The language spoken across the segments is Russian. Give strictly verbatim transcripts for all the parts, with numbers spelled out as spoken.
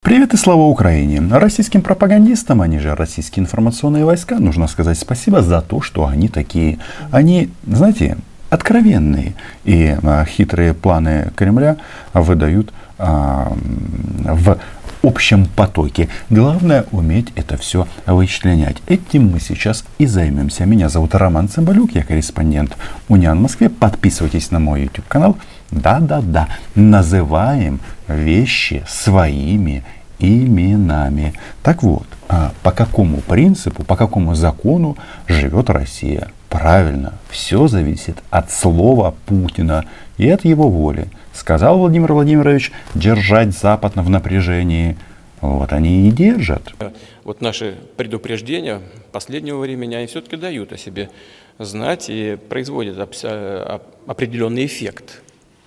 Привет и слава Украине! Российским пропагандистам, они же российские информационные войска, нужно сказать спасибо за то, что они такие. Они, знаете, откровенные. И а, хитрые планы Кремля выдают а, в общем потоке. Главное уметь это все вычленять. Этим мы сейчас и займемся. Меня зовут Роман Цымбалюк, я корреспондент Униан в Москве. Подписывайтесь на мой YouTube канал. Да-да-да, называем вещи своими именами. Так вот, по какому принципу, по какому закону живет Россия? Правильно, все зависит от слова Путина и от его воли. Сказал Владимир Владимирович держать Запад в напряжении. Вот они и держат. Вот наши предупреждения последнего времени, они все-таки дают о себе знать и производят определенный эффект.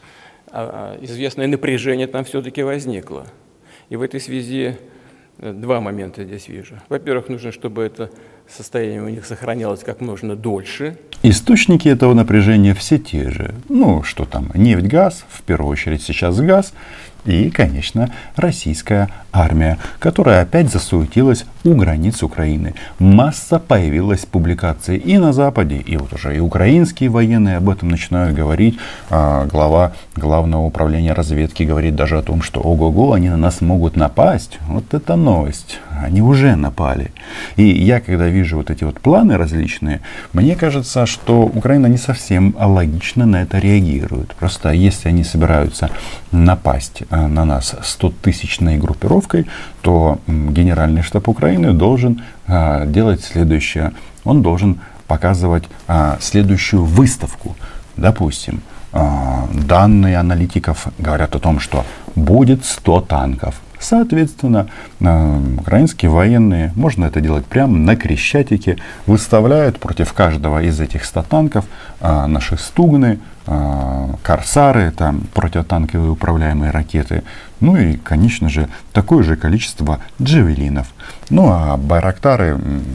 Известное напряжение там все-таки возникло. И в этой связи два момента здесь вижу. Во-первых, нужно, чтобы это состояние у них сохранялось как можно дольше. Источники этого напряжения все те же. Ну, что там, нефть, газ, в первую очередь сейчас газ. И, конечно, российская армия, которая опять засуетилась у границ Украины. Масса появилась публикаций и на Западе, и вот уже и украинские военные об этом начинают говорить. А глава Главного управления разведки говорит даже о том, что ого-го, они на нас могут напасть. Вот это новость. Они уже напали. И я, когда вижу вот эти вот планы различные, мне кажется, что Украина не совсем логично на это реагирует. Просто если они собираются напасть на нас стотысячной группировкой, то Генеральный штаб Украины должен а, делать следующее. Он должен показывать а, следующую выставку. Допустим, а, данные аналитиков говорят о том, что будет сто танков. Соответственно, украинские военные, можно это делать прямо на Крещатике, выставляют против каждого из этих ста танков наши Стугны, Корсары, там, противотанковые управляемые ракеты, ну и, конечно же, такое же количество джавелинов. Ну а байрактары,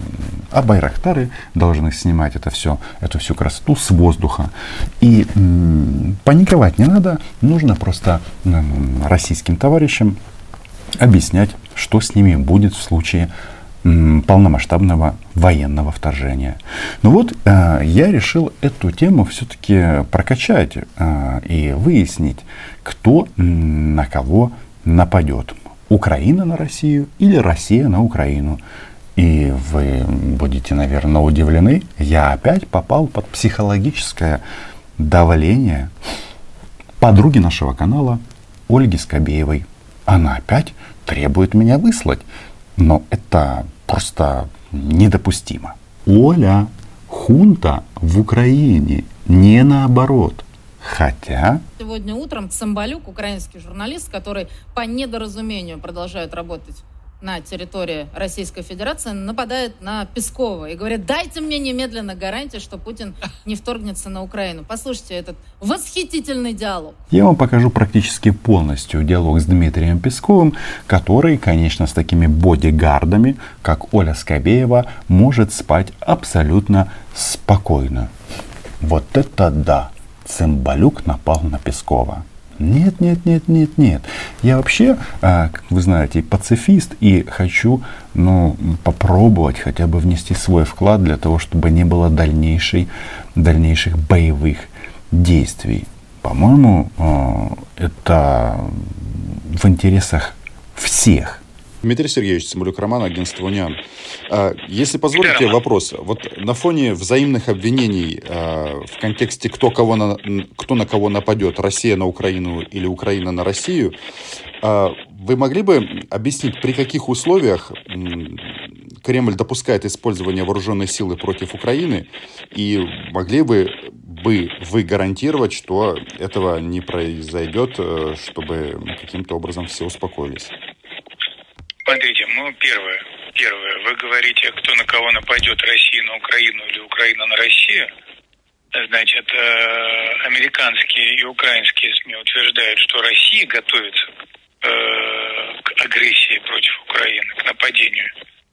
а байрактары должны снимать это все, эту всю красоту с воздуха. И м, паниковать не надо, нужно просто м, российским товарищам объяснять, что с ними будет в случае м, полномасштабного военного вторжения. Ну вот, э, я решил эту тему все-таки прокачать э, и выяснить, кто м, на кого нападет. Украина на Россию или Россия на Украину. И вы будете, наверное, удивлены, я опять попал под психологическое давление подруги нашего канала Ольги Скобеевой. Она опять требует меня выслать. Но это просто недопустимо. Оля, хунта в Украине, не наоборот. Хотя... Сегодня утром Цымбалюк, украинский журналист, который по недоразумению продолжает работать на территории Российской Федерации, нападает на Пескова и говорит: дайте мне немедленно гарантии, что Путин не вторгнется на Украину. Послушайте этот восхитительный диалог. Я вам покажу практически полностью диалог с Дмитрием Песковым, который, конечно, с такими бодигардами, как Оля Скобеева, может спать абсолютно спокойно. Вот это да! Цымбалюк напал на Пескова. Нет, нет, нет, нет, нет. Я вообще, как вы знаете, пацифист и хочу, ну, попробовать хотя бы внести свой вклад для того, чтобы не было дальнейшей, дальнейших боевых действий. По-моему, это в интересах всех. Дмитрий Сергеевич Цымбалюк, Роман, агентство Униан. Если позволите, вопрос. Вот на фоне взаимных обвинений в контексте кто, кого на, кто на кого нападет, Россия на Украину или Украина на Россию, вы могли бы объяснить, при каких условиях Кремль допускает использование вооруженной силы против Украины, и могли бы бы вы гарантировать, что этого не произойдет, чтобы каким-то образом все успокоились? Смотрите, ну, первое, первое, вы говорите, кто на кого нападет, Россия на Украину или Украина на Россию. Значит, э, американские и украинские СМИ утверждают, что Россия готовится э, к агрессии против Украины, к нападению.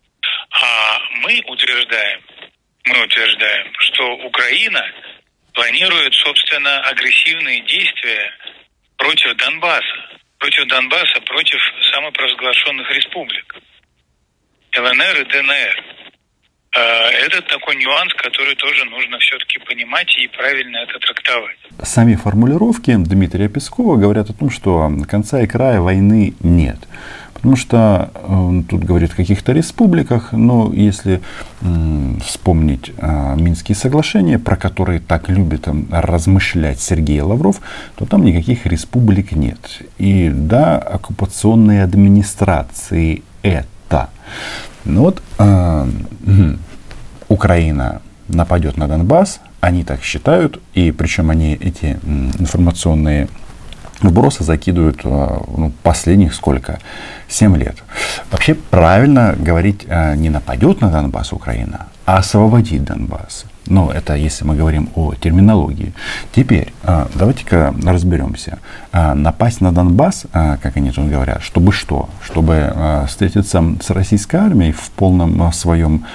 А мы утверждаем, мы утверждаем, что Украина планирует, собственно, агрессивные действия против Донбасса. против Донбасса, против самопровозглашенных республик эл эн эр и дэ эн эр. Это такой нюанс, который тоже нужно все-таки понимать и правильно это трактовать. Сами формулировки Дмитрия Пескова говорят о том, что конца и края войны нет. Потому что он тут говорит о каких-то республиках, но если м, вспомнить э, Минские соглашения, про которые так любит там, размышлять Сергей Лавров, то там никаких республик нет. И да, оккупационные администрации это. Ну вот э, Украина нападет на Донбасс, они так считают, и причем они эти м, информационные вбросы закидывают ну, последних сколько? семь лет. Вообще правильно говорить не нападет на Донбасс Украина, а освободит Донбасс. Но это если мы говорим о терминологии. Теперь давайте-ка разберемся. Напасть на Донбасс, как они тут говорят, чтобы что? Чтобы встретиться с российской армией в полном своем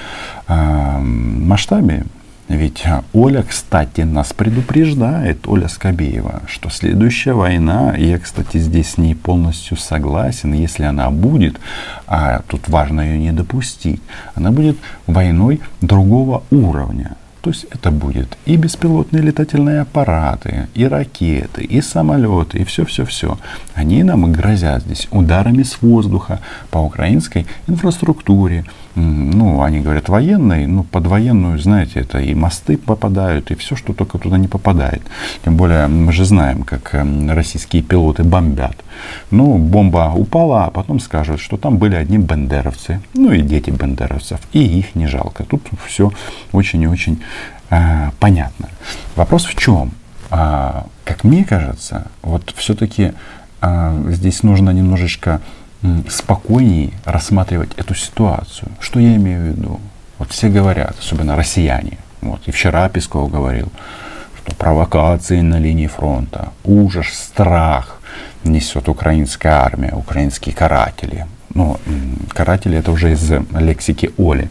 масштабе. Ведь Оля, кстати, нас предупреждает, Оля Скобеева, что следующая война, я, кстати, здесь с ней полностью согласен, если она будет, а тут важно ее не допустить, она будет войной другого уровня. То есть это будет и беспилотные летательные аппараты, и ракеты, и самолеты, и все-все-все. Они нам грозят здесь ударами с воздуха по украинской инфраструктуре. Ну, они говорят военной, ну, под военную, знаете, это и мосты попадают, и все, что только туда не попадает. Тем более, мы же знаем, как российские пилоты бомбят. Ну, бомба упала, а потом скажут, что там были одни бандеровцы, ну, и дети бандеровцев, и их не жалко. Тут все очень и очень э, понятно. Вопрос в чем? А, как мне кажется, вот все-таки а, здесь нужно немножечко спокойнее рассматривать эту ситуацию. Что я имею в виду? Вот все говорят, особенно россияне, вот, и вчера Песков говорил, что провокации на линии фронта, ужас, страх несет украинская армия, украинские каратели. Ну, каратели это уже из лексики Оли.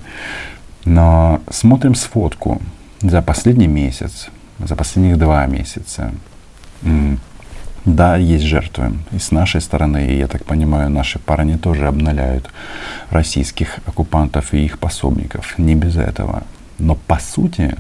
Но смотрим сфотку за последний месяц, за последних два месяца. Да, есть жертвы. И с нашей стороны, и, я так понимаю, наши парни тоже обналяют российских оккупантов и их пособников. Не без этого. Но по сути,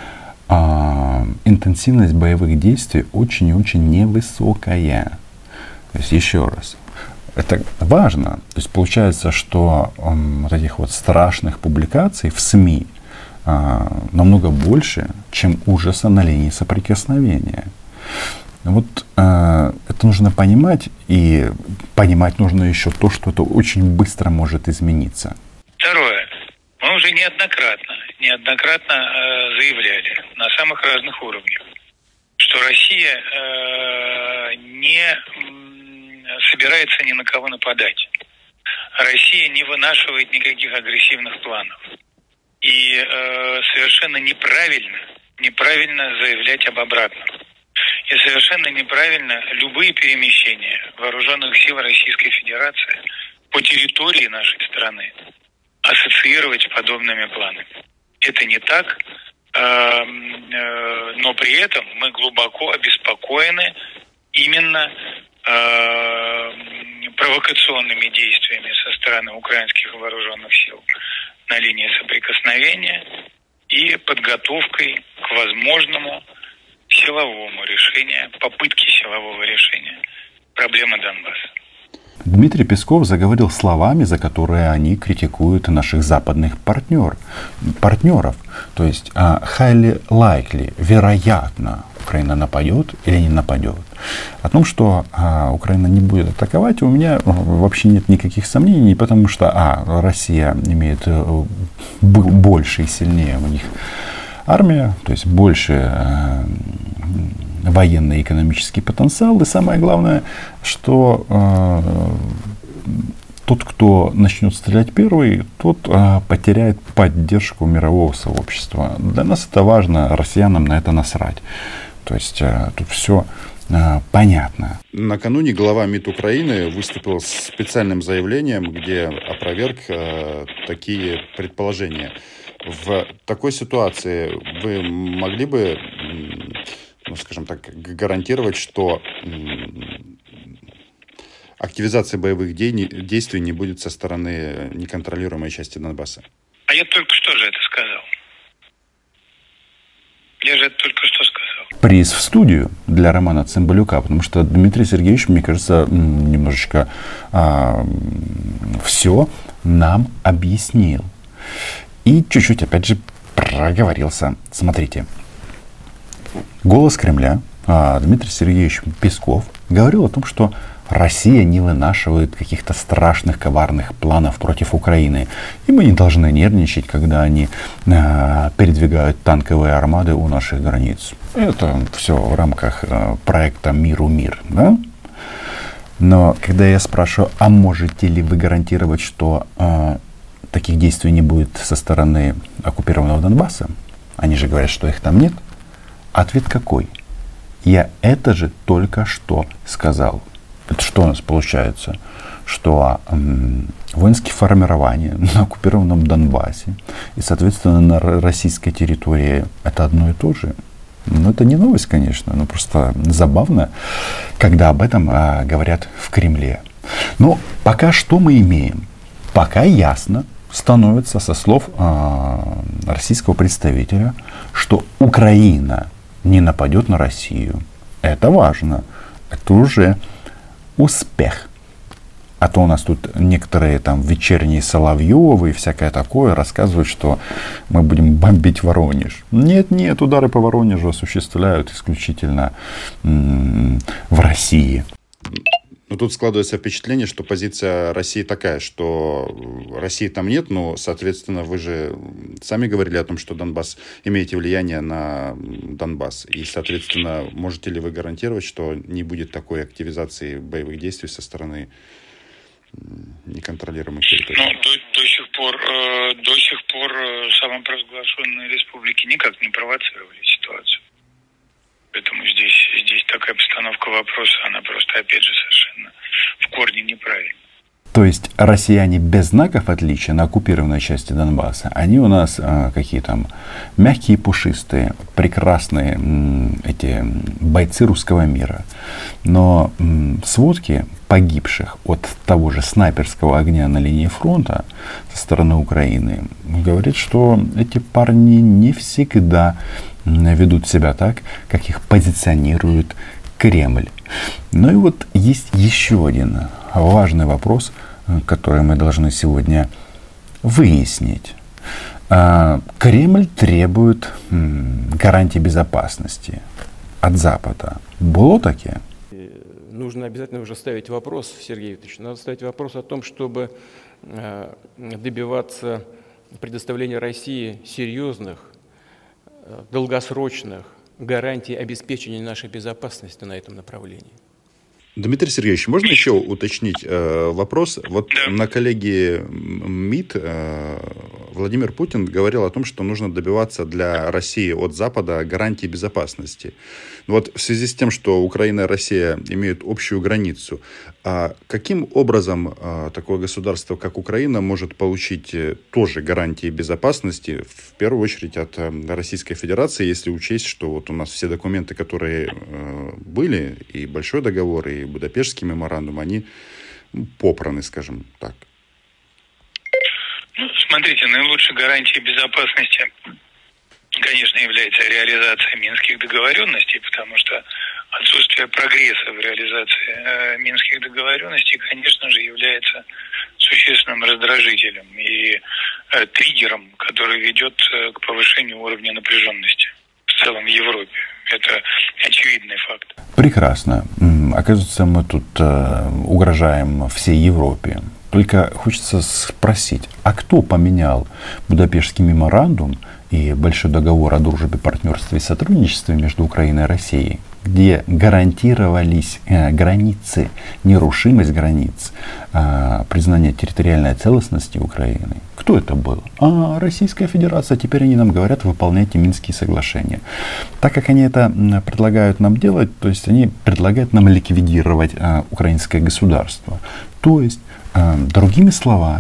а, интенсивность боевых действий очень и очень невысокая. То есть, еще раз, это важно. То есть, получается, что um, вот этих вот страшных публикаций в СМИ а, намного больше, чем ужаса на линии соприкосновения. Вот э, это нужно понимать, и понимать нужно еще то, что это очень быстро может измениться. Второе. Мы уже неоднократно, неоднократно э, заявляли на самых разных уровнях, что Россия э, не э, собирается ни на кого нападать. Россия не вынашивает никаких агрессивных планов. И э, совершенно неправильно, неправильно заявлять об обратном. И совершенно неправильно любые перемещения вооруженных сил Российской Федерации по территории нашей страны ассоциировать с подобными планами. Это не так, но при этом мы глубоко обеспокоены именно провокационными действиями со стороны украинских вооруженных сил на линии соприкосновения и подготовкой к возможному силовому решению, попытке силового решения проблемы Донбасса. Дмитрий Песков заговорил словами, за которые они критикуют наших западных партнер, партнеров. То есть highly likely, вероятно, Украина нападет или не нападет. О том, что а, Украина не будет атаковать, у меня вообще нет никаких сомнений, потому что а, Россия имеет больше и сильнее у них армия, то есть больше э, военный и экономический потенциал. И самое главное, что э, тот, кто начнет стрелять первый, тот э, потеряет поддержку мирового сообщества. Для нас это важно, россиянам на это насрать. То есть э, тут все э, понятно. Накануне глава МИД Украины выступил с специальным заявлением, где опроверг э, такие предположения. В такой ситуации вы могли бы, ну, скажем так, гарантировать, что активизации боевых де- действий не будет со стороны неконтролируемой части Донбасса? А я только что же это сказал. Я же это только что сказал. Приз в студию для Романа Цымбалюка, потому что Дмитрий Сергеевич, мне кажется, немножечко а, все нам объяснил. И чуть-чуть, опять же, проговорился. Смотрите. Голос Кремля, а, Дмитрий Сергеевич Песков, говорил о том, что Россия не вынашивает каких-то страшных, коварных планов против Украины. И мы не должны нервничать, когда они э, передвигают танковые армады у наших границ. Это все в рамках э, проекта «Миру мир». Да? Но когда я спрашиваю, а можете ли вы гарантировать, что э, таких действий не будет со стороны оккупированного Донбасса? Они же говорят, что их там нет. Ответ какой? Я это же только что сказал. Это что у нас получается? Что м, воинские формирования на оккупированном Донбассе и, соответственно, на российской территории это одно и то же. Ну, это не новость, конечно, но просто забавно, когда об этом а, говорят в Кремле. Но пока что мы имеем? Пока ясно становится со слов а, российского представителя, что Украина не нападет на Россию. Это важно. Это уже успех. А то у нас тут некоторые там вечерние Соловьевы и всякое такое рассказывают, что мы будем бомбить Воронеж. Нет, нет, удары по Воронежу осуществляют исключительно м- в России. Но тут складывается впечатление, что позиция России такая, что России там нет, но, соответственно, вы же сами говорили о том, что Донбасс, имеете влияние на Донбасс. И, соответственно, можете ли вы гарантировать, что не будет такой активизации боевых действий со стороны неконтролируемых территорий? Ну, до, до сих пор, э, до сих пор э, самопровозглашенные республики никак не провоцировали ситуацию. Поэтому здесь, здесь такая постановка вопроса, она просто, опять же, совершенно в корне неправильна. То есть россияне без знаков отличия на оккупированной части Донбасса, они у нас э, какие там мягкие, пушистые, прекрасные м, эти бойцы русского мира. Но м, сводки погибших от того же снайперского огня на линии фронта со стороны Украины говорят, что эти парни не всегда ведут себя так, как их позиционирует Кремль. Ну и вот есть еще один важный вопрос, который мы должны сегодня выяснить. Кремль требует гарантий безопасности от Запада. Было таки? Нужно обязательно уже ставить вопрос, Сергей Викторович, надо ставить вопрос о том, чтобы добиваться предоставления России серьезных, долгосрочных гарантий обеспечения нашей безопасности на этом направлении. Дмитрий Сергеевич, можно еще уточнить э, вопрос? Вот Да. на коллегии МИД э, Владимир Путин говорил о том, что нужно добиваться для России от Запада гарантий безопасности. Вот в связи с тем, что Украина и Россия имеют общую границу, а каким образом а, такое государство, как Украина, может получить тоже гарантии безопасности, в первую очередь от а, Российской Федерации, если учесть, что вот у нас все документы, которые а, были, и Большой договор, и Будапештский меморандум, они попраны, скажем так. Ну, смотрите, наилучшей гарантией безопасности, конечно, является реализация Минских договоренностей, потому что отсутствие прогресса в реализации э, Минских договоренностей, конечно же, является существенным раздражителем и э, триггером, который ведет э, к повышению уровня напряженности в целом в Европе. Это очевидный факт. Прекрасно. Оказывается, мы тут э, угрожаем всей Европе. Только хочется спросить, а кто поменял Будапештский меморандум и Большой договор о дружбе, партнерстве и сотрудничестве между Украиной и Россией, где гарантировались э, границы, нерушимость границ, э, признание территориальной целостности Украины? Кто это был? А, Российская Федерация. Теперь они нам говорят, выполняйте Минские соглашения. Так как они это предлагают нам делать, то есть они предлагают нам ликвидировать э, украинское государство. То есть, э, другими словами,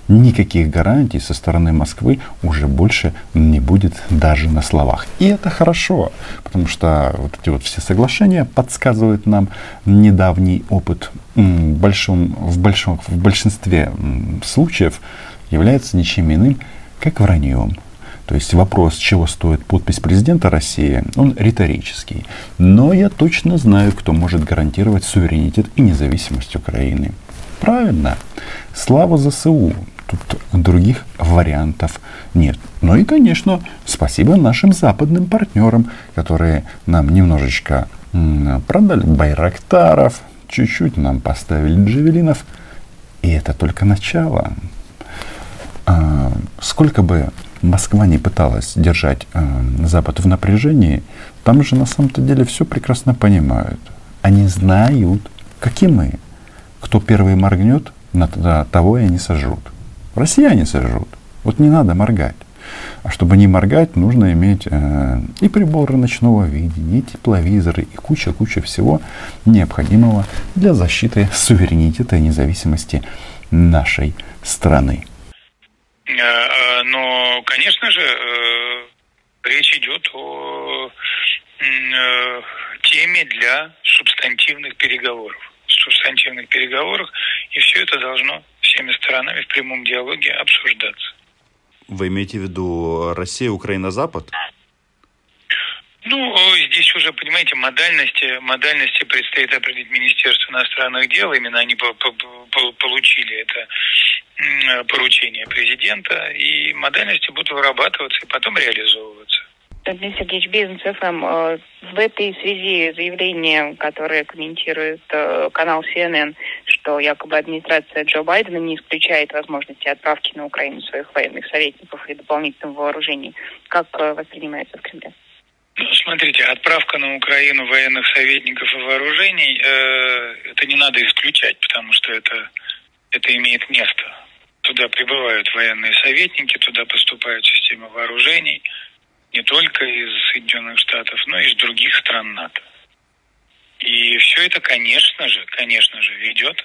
никаких гарантий со стороны Москвы уже больше не будет даже на словах. И это хорошо, потому что вот эти вот все соглашения подсказывают нам недавний опыт в, большом, в, большом, в большинстве случаев является ничем иным, как враньем. То есть вопрос, чего стоит подпись президента России, он риторический. Но я точно знаю, кто может гарантировать суверенитет и независимость Украины. Правильно. Слава ЗСУ. Тут других вариантов нет. Ну и, конечно, спасибо нашим западным партнерам, которые нам немножечко м- продали байрактаров, чуть-чуть нам поставили джавелинов. И это только начало. А, сколько бы Москва не пыталась держать э, Запад в напряжении, там же на самом-то деле все прекрасно понимают. Они знают, как и мы. Кто первый моргнет, на того и они сожрут. Россияне сожрут. Вот не надо моргать. А чтобы не моргать, нужно иметь э, и приборы ночного видения, и тепловизоры, и куча-куча всего необходимого для защиты суверенитета и независимости нашей страны. Но, конечно же, речь идет о теме для субстантивных переговоров. Субстантивных переговорах, и все это должно всеми сторонами в прямом диалоге обсуждаться. Вы имеете в виду Россия, Украина, Запад? Ну, здесь уже, понимаете, модальности, модальности предстоит определить Министерству иностранных дел. Именно они по- по- получили это поручение президента, и модальности будут вырабатываться и потом реализовываться. Дмитрий Сергеевич, Бизнес эф эм, в этой связи заявление, которое комментирует канал си эн эн, что якобы администрация Джо Байдена не исключает возможности отправки на Украину своих военных советников и дополнительных вооружений, как воспринимается в Кремле? Ну, смотрите, отправка на Украину военных советников и вооружений, э, это не надо исключать, потому что это, это имеет место. Туда прибывают военные советники, туда поступают системы вооружений, не только из Соединенных Штатов, но и из других стран НАТО. И все это, конечно же, конечно же, ведет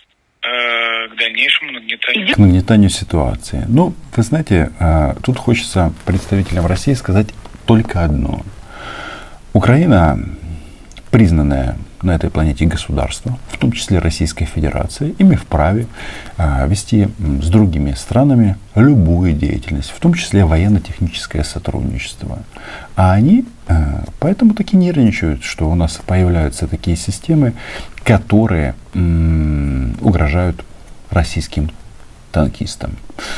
э, к дальнейшему нагнетанию. К нагнетанию ситуации. Ну, вы знаете, э, тут хочется представителям России сказать только одно. Украина признанная на этой планете государство, в том числе Российская Федерация, и мы вправе а, вести с другими странами любую деятельность, в том числе военно-техническое сотрудничество. А они а, поэтому таки нервничают, что у нас появляются такие системы, которые м- угрожают российским танкистам.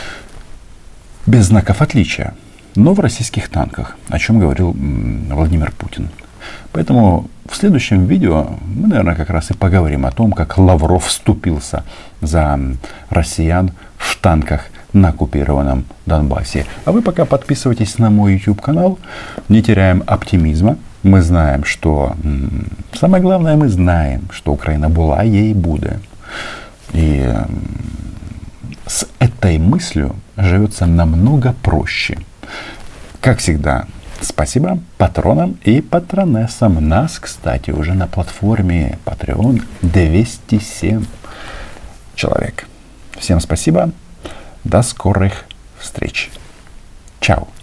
Без знаков отличия, но в российских танках, о чем говорил м- Владимир Путин. Поэтому в следующем видео мы, наверное, как раз и поговорим о том, как Лавров вступился за россиян в танках на оккупированном Донбассе. А вы пока подписывайтесь на мой YouTube канал, не теряем оптимизма. Мы знаем, что... Самое главное, мы знаем, что Украина была, ей будет. И с этой мыслью живется намного проще. Как всегда, спасибо патронам и патронессам. Нас, кстати, уже на платформе Patreon двести семь человек. Всем спасибо. До скорых встреч. Чао.